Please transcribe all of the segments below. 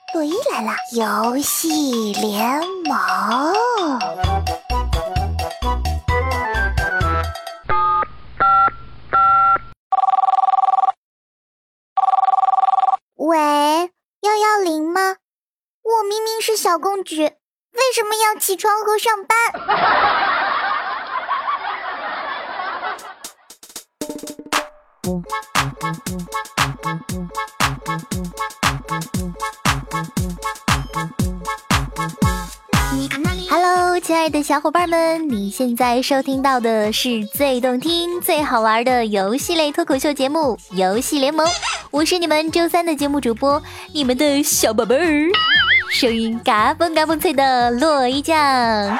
洛伊来了，游戏联盟。喂，110吗？我明明是小公举，为什么要起床和上班？Hello， 亲爱的小伙伴们，你现在收听到的是最动听、最好玩的游戏类脱口秀节目《游戏联盟》，我是你们周三的节目主播，你们的小宝贝儿，声音嘎嘣嘎嘣脆的洛伊酱。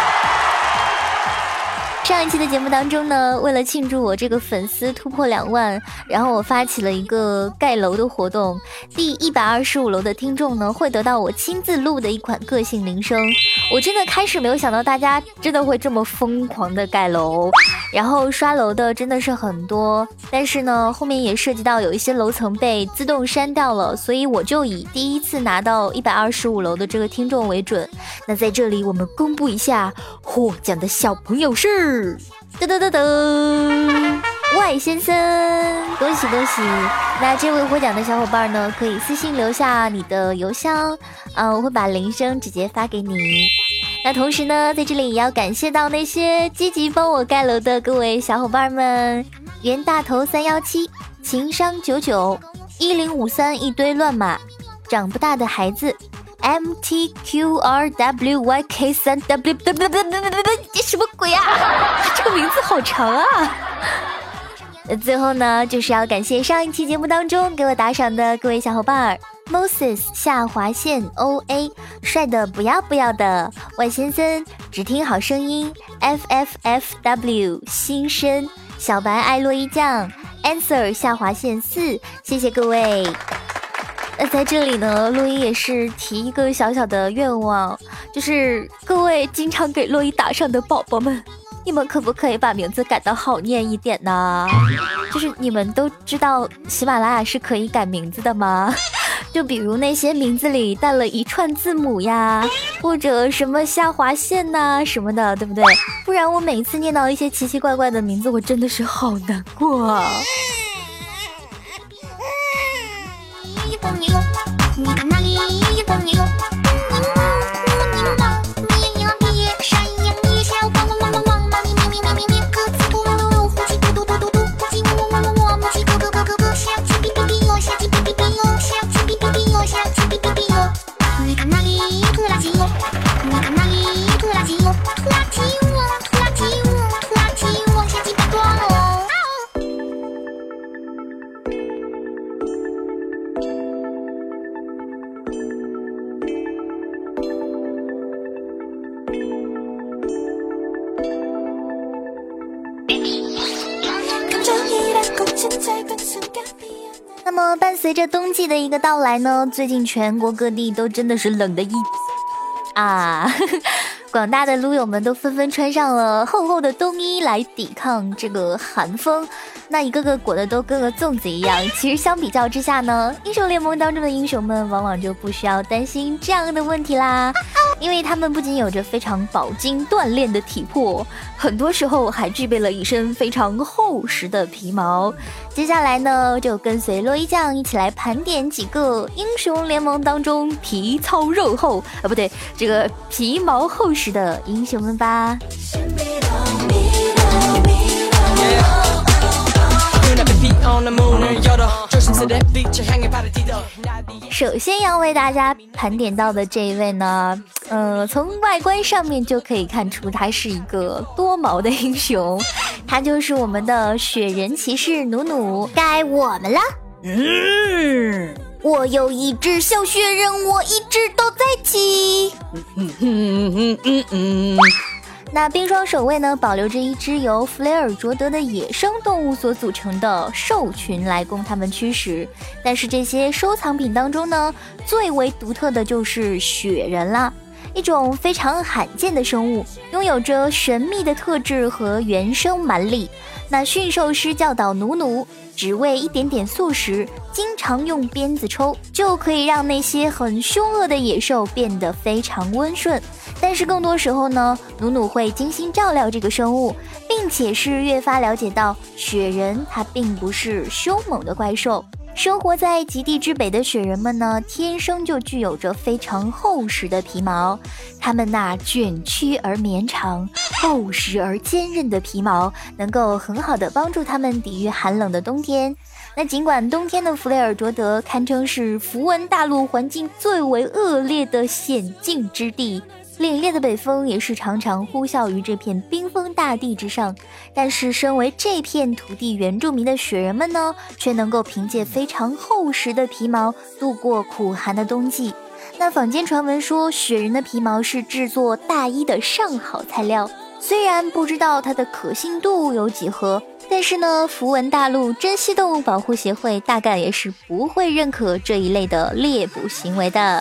上一期的节目当中呢，为了庆祝我这个粉丝突破2万，然后我发起了一个盖楼的活动，第125楼的听众呢会得到我亲自录的一款个性铃声。我真的开始没有想到大家真的会这么疯狂的盖楼，然后刷楼的真的是很多，但是呢后面也涉及到有一些楼层被自动删掉了，所以我就以第一次拿到125楼的这个听众为准。那在这里我们公布一下获奖的小朋友是噔噔噔噔，外先生，恭喜恭喜！那这位获奖的小伙伴呢，可以私信留下你的邮箱，我会把铃声直接发给你。那同时呢，在这里也要感谢到那些积极帮我盖楼的各位小伙伴们：袁大头317、情商99、1053一堆乱码、长不大的孩子。MTQRWYK3W， 这什么鬼啊？这个名字好长啊！最后呢，就是要感谢上一期节目当中给我打赏的各位小伙伴 ：Moses 下划线 OA 帅的不要不要的外先生，只听好声音 FFFW 新生小白爱洛伊酱 Answer 下划线4，谢谢各位。那在这里呢，洛伊也是提一个小小的愿望，就是各位经常给洛伊打赏的宝宝们，你们可不可以把名字改得好念一点呢？就是你们都知道喜马拉雅是可以改名字的吗？就比如那些名字里带了一串字母呀，或者什么下划线呐什么的，对不对？不然我每次念到一些奇奇怪怪的名字，我真的是好难过啊。你看那里有风牛，山羊一小汪汪汪汪汪，咪咪咪咪咪咪，鸽子嘟噜噜噜，虎鸡嘟嘟嘟嘟嘟，母鸡喔喔喔喔，母鸡咯咯咯咯咯，小鸡哔哔哔哟，小鸡哔哔哔哟，小鸡哔哔哔哟，小鸡哔哔哔哟。你看那里有拖拉机哟，你看那里有拖拉机哟，拖拉机喔，拖拉机喔，拖拉机往下几百多喽。那么伴随着冬季的一个到来呢，最近全国各地都真的是冷的广大的撸友们都纷纷穿上了厚厚的冬衣来抵抗这个寒风，那一个个裹得都跟个粽子一样。其实相比较之下呢，英雄联盟当中的英雄们往往就不需要担心这样的问题啦，因为他们不仅有着非常饱经锻炼的体魄，很多时候还具备了一身非常厚实的皮毛。接下来呢，就跟随洛伊酱一起来盘点几个英雄联盟当中皮糙肉厚不对，这个皮毛厚实的英雄们吧。首先要为大家盘点到的这一位呢，从外观上面就可以看出他是一个多毛的英雄，他就是我们的雪人骑士努努，该我们了。我有一只小雪人，我一直都在骑。那冰霜守卫呢，保留着一只由弗雷尔卓德的野生动物所组成的兽群来供他们驱使，但是这些收藏品当中呢，最为独特的就是雪人啦，一种非常罕见的生物，拥有着神秘的特质和原生蛮力。 那驯兽师教导努努，只喂一点点素食，经常用鞭子抽，就可以让那些很凶恶的野兽变得非常温顺。但是更多时候呢，努努会精心照料这个生物，并且是越发了解到雪人它并不是凶猛的怪兽。生活在极地之北的雪人们呢，天生就具有着非常厚实的皮毛，它们那卷曲而绵长、厚实而坚韧的皮毛能够很好的帮助它们抵御寒冷的冬天。那尽管冬天的弗雷尔卓德堪称是符文大陆环境最为恶劣的险境之地，凛冽的北风也是常常呼啸于这片冰封大地之上，但是身为这片土地原住民的雪人们呢，却能够凭借非常厚实的皮毛度过苦寒的冬季。那坊间传闻说，雪人的皮毛是制作大衣的上好材料，虽然不知道它的可信度有几何，但是呢，符文大陆珍稀动物保护协会大概也是不会认可这一类的猎捕行为的。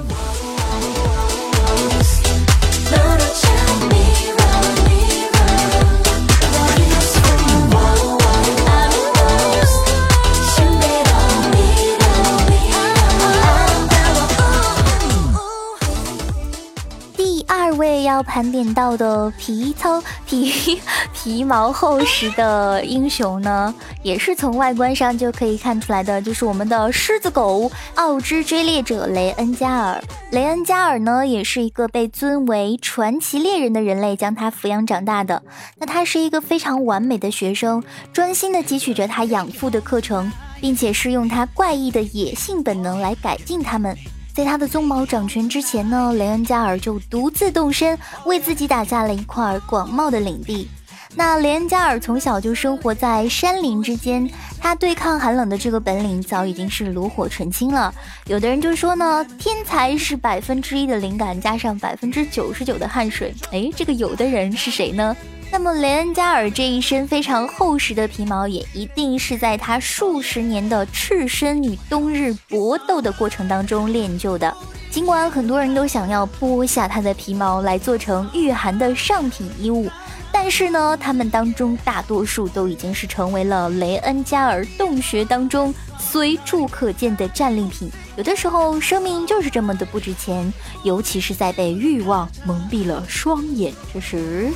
位要盘点到的皮毛厚实的英雄呢，也是从外观上就可以看出来的，就是我们的狮子狗奥之追猎者雷恩加尔。雷恩加尔呢，也是一个被尊为传奇猎人的人类将他抚养长大的。那他是一个非常完美的学生，专心的汲取着他养父的课程，并且是用他怪异的野性本能来改进他们。在他的鬃毛长全之前呢，雷恩加尔就独自动身，为自己打下了一块广袤的领地。那雷恩加尔从小就生活在山林之间，他对抗寒冷的这个本领早已经是炉火纯青了。有的人就说呢，天才是1%的灵感加上99%的汗水。这个有的人是谁呢？那么雷恩加尔这一身非常厚实的皮毛，也一定是在他数十年的赤身与冬日搏斗的过程当中练就的。尽管很多人都想要剥下他的皮毛来做成御寒的上品衣物，但是呢，他们当中大多数都已经是成为了雷恩加尔洞穴当中随处可见的战利品。有的时候生命就是这么的不值钱，尤其是在被欲望蒙蔽了双眼之时。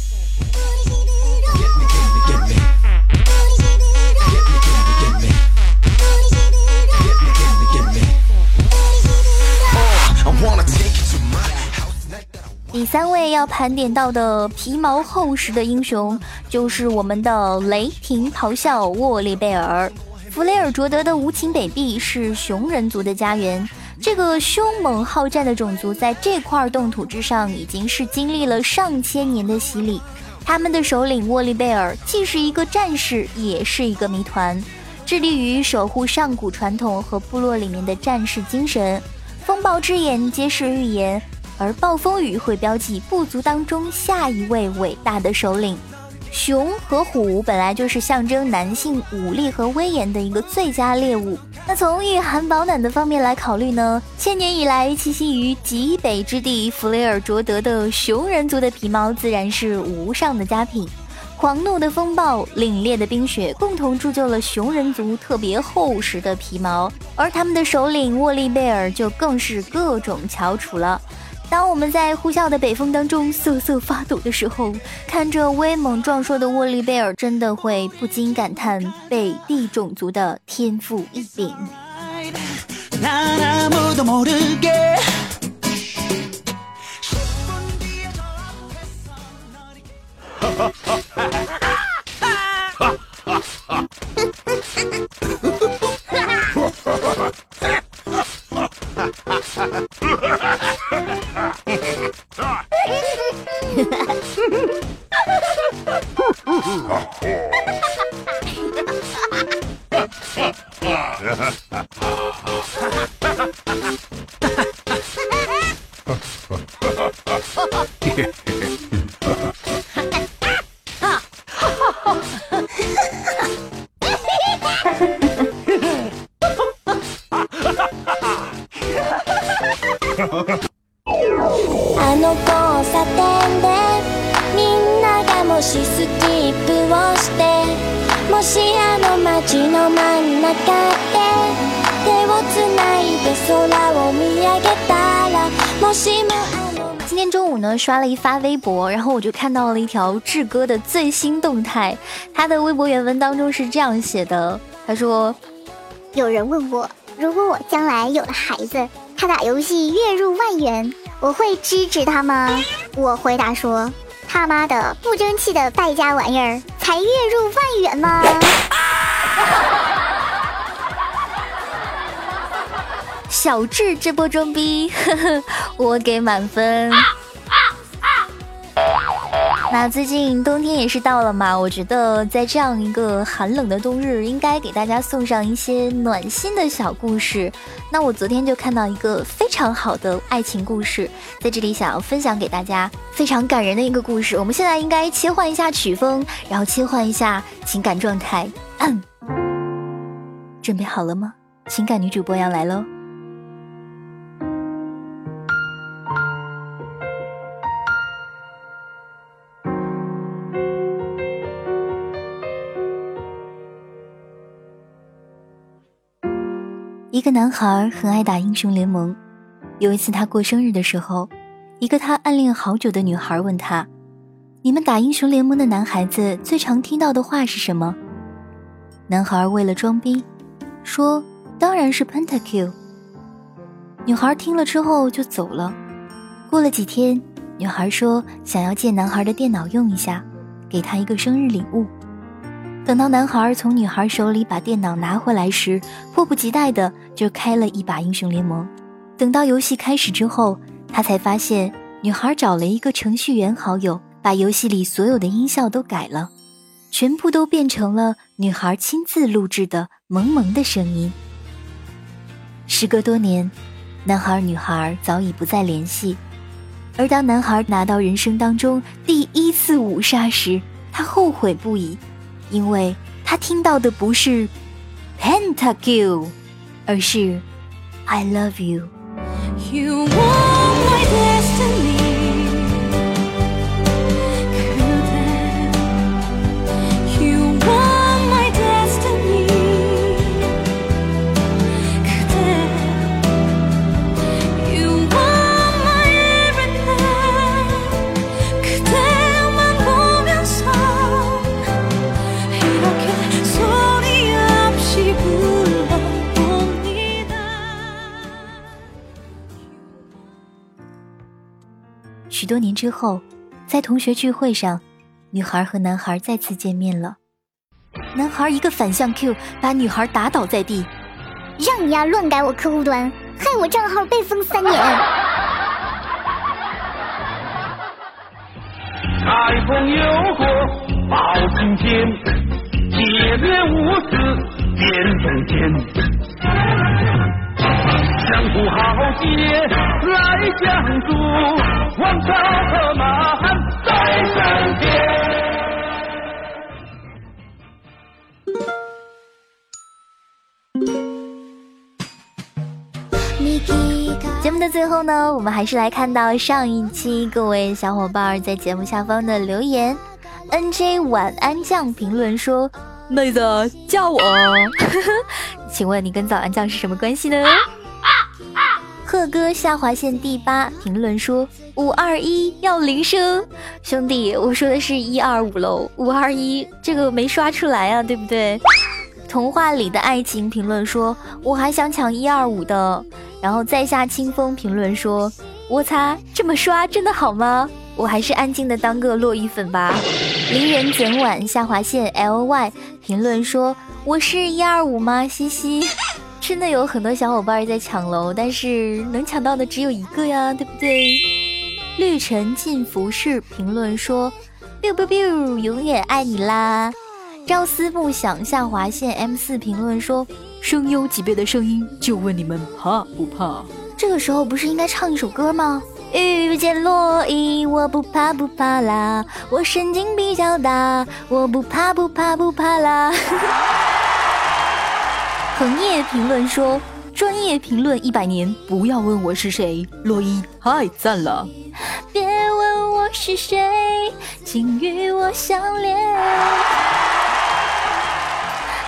第3位要盘点到的皮毛厚实的英雄，就是我们的雷霆咆哮沃利贝尔。弗雷尔卓德的无情北壁是熊人族的家园，这个凶猛好战的种族在这块冻土之上已经是经历了上千年的洗礼。他们的首领沃利贝尔既是一个战士，也是一个谜团，致力于守护上古传统和部落里面的战士精神。风暴之眼揭示预言，而暴风雨会标记部族当中下一位伟大的首领。熊和虎本来就是象征男性武力和威严的一个最佳猎物。那从御寒保暖的方面来考虑呢，千年以来栖息于极北之地弗雷尔卓德的熊人族的皮毛自然是无上的佳品。狂怒的风暴、凛冽的冰雪共同铸就了熊人族特别厚实的皮毛，而他们的首领沃利贝尔就更是各种翘楚了。当我们在呼啸的北风当中瑟瑟发抖的时候，看着威猛壮硕的沃利贝尔，真的会不禁感叹北地种族的天赋异禀。 あの交差点でみんながもしスキップをしてもしあの街の真ん中で手をつないで空を見上げたらもしも今天中午呢刷了一发微博，然后我就看到了一条志哥的最新动态。他的微博原文当中是这样写的，他说： 有人问我，如果我将来有了孩子，他打游戏月入万元，我会支持他吗？我回答说，他妈的不争气的败家玩意儿，才月入万元吗？ 小智这波装逼，呵呵，我给满分。那最近冬天也是到了嘛，我觉得在这样一个寒冷的冬日，应该给大家送上一些暖心的小故事。那我昨天就看到一个非常好的爱情故事，在这里想要分享给大家，非常感人的一个故事。我们现在应该切换一下曲风，然后切换一下情感状态。准备好了吗？情感女主播要来喽。一个男孩很爱打英雄联盟。有一次他过生日的时候，一个他暗恋好久的女孩问他，你们打英雄联盟的男孩子最常听到的话是什么？男孩为了装逼说，当然是 Pentakill。 女孩听了之后就走了。过了几天，女孩说想要借男孩的电脑用一下，给他一个生日礼物。等到男孩从女孩手里把电脑拿回来时，迫不及待的就开了一把英雄联盟。等到游戏开始之后，他才发现女孩找了一个程序员好友，把游戏里所有的音效都改了，全部都变成了女孩亲自录制的萌萌的声音。时隔多年，男孩女孩早已不再联系，而当男孩拿到人生当中第一次5杀时，他后悔不已，因为他听到的不是 Pentakill， 而是 I love you。 You are my destiny You are my destiny You are my everything 그대만 보면서 이렇게 소리 없이 불러봅니다。 许多年之后，在同学聚会上，女孩和男孩再次见面了。男孩一个反向 Q 把女孩打倒在地， 让你乱改我客户端，害我账号被封3年。 开封有火报青天，铁面无私辨忠奸，江湖豪杰来相助，王朝和马汉在身边。 节目的最后呢，我们还是来看到上一期各位小伙伴在节目下方的留言。 NJ 晚安酱评论说，妹子叫我请问你跟早安酱是什么关系呢？贺哥下划线第8评论说521要铃声，兄弟我说的是125喽，521这个没刷出来啊，对不对？童话里的爱情评论说我还想抢125的，然后在下清风评论说我擦这么刷真的好吗？我还是安静的当个洛伊粉吧。离人怎晚下划线 LY 评论说我是125吗？嘻嘻。真的有很多小伙伴在抢楼，但是能抢到的只有一个呀，对不对？绿尘进服饰评论说 biu biu biu 永远爱你啦。朝思暮想下划线 M4 评论说声优级别的声音，就问你们怕不怕？这个时候不是应该唱一首歌吗？遇见洛伊我不怕不怕啦，我神经比较大，我不怕不怕不怕啦。横业评论说专业评论100年，不要问我是谁，洛伊太赞了。别问我是谁，请与我相恋。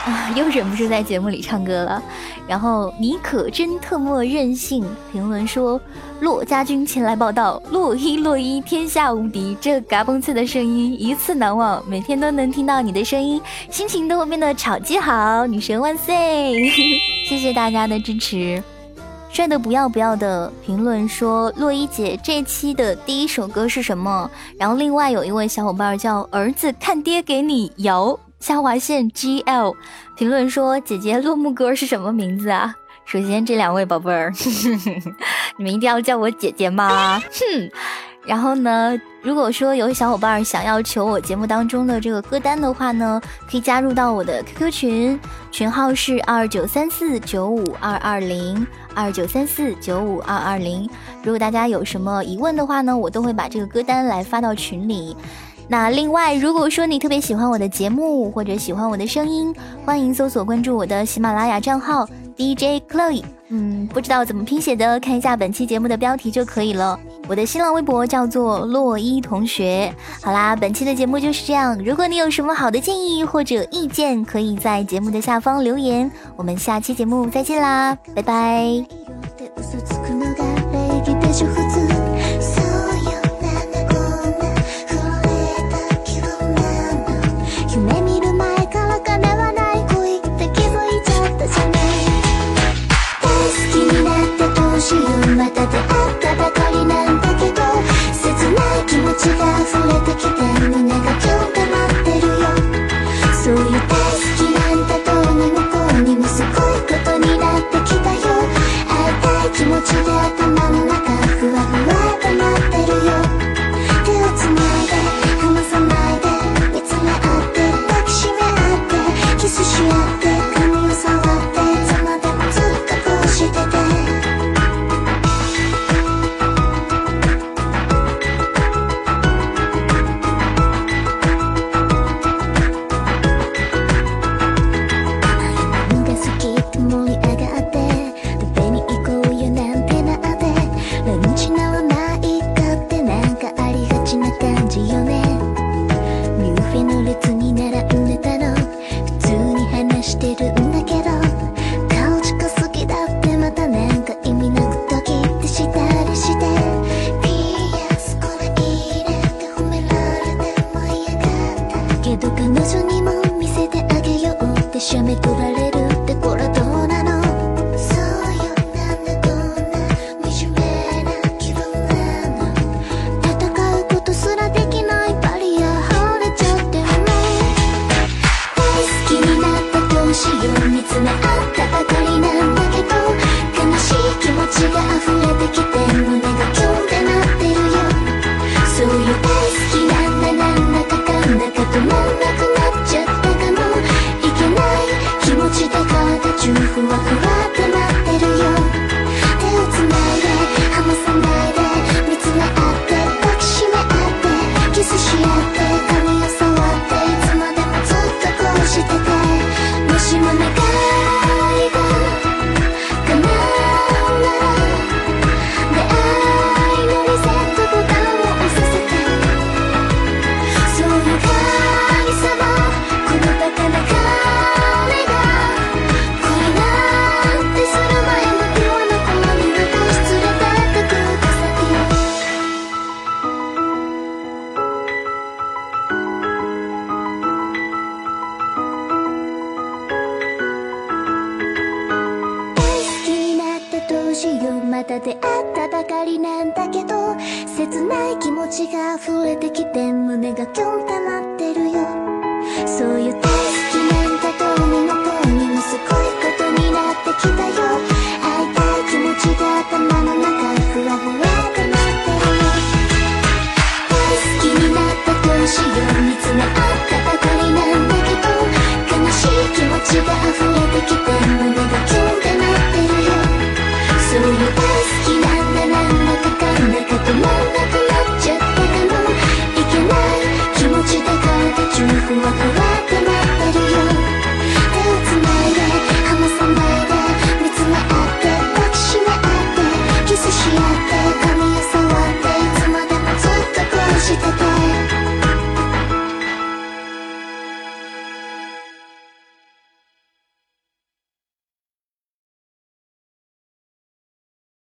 啊，又忍不住在节目里唱歌了。然后你可真特么任性，评论说骆家军前来报道，洛伊天下无敌，这嘎嘣刺的声音一次难忘，每天都能听到你的声音，心情都会变得超级好，女神万岁谢谢大家的支持。帅的不要不要的评论说洛伊姐这期的第一首歌是什么，然后另外有一位小伙伴叫儿子看爹给你摇下划线 GL 评论说姐姐落幕歌是什么名字啊？首先这两位宝贝儿你们一定要叫我姐姐吗？然后呢，如果说有小伙伴想要求我节目当中的这个歌单的话呢，可以加入到我的 QQ 群，群号是2934952209，2934952220。如果大家有什么疑问的话呢，我都会把这个歌单来发到群里。那另外，如果说你特别喜欢我的节目或者喜欢我的声音，欢迎搜索关注我的喜马拉雅账号 DJ Chloe， 不知道怎么拼写的，看一下本期节目的标题就可以了。我的新浪微博叫做洛伊同学。好啦，本期的节目就是这样，如果你有什么好的建议或者意见，可以在节目的下方留言。我们下期节目再见啦，拜拜。また出会ったばかりなんだけど、切ない気持ちが溢れてきて胸がキュンってなってるよ。そういう大好きなんだどうにもこうにもすごいことになってきたよ。会いたい気持ちで頭の中ふわふわとなってるよ。手をつないで離さないで見つめ合って抱きしめ合ってキスし合って髪を触っていつまでもずっとこうしてて。また出会ったばかりなんだけど切ない気持ちが溢れてきて胸がキュンってなってるよ。そういう大好きなんだどうにもこうにもすごいことになってきたよ。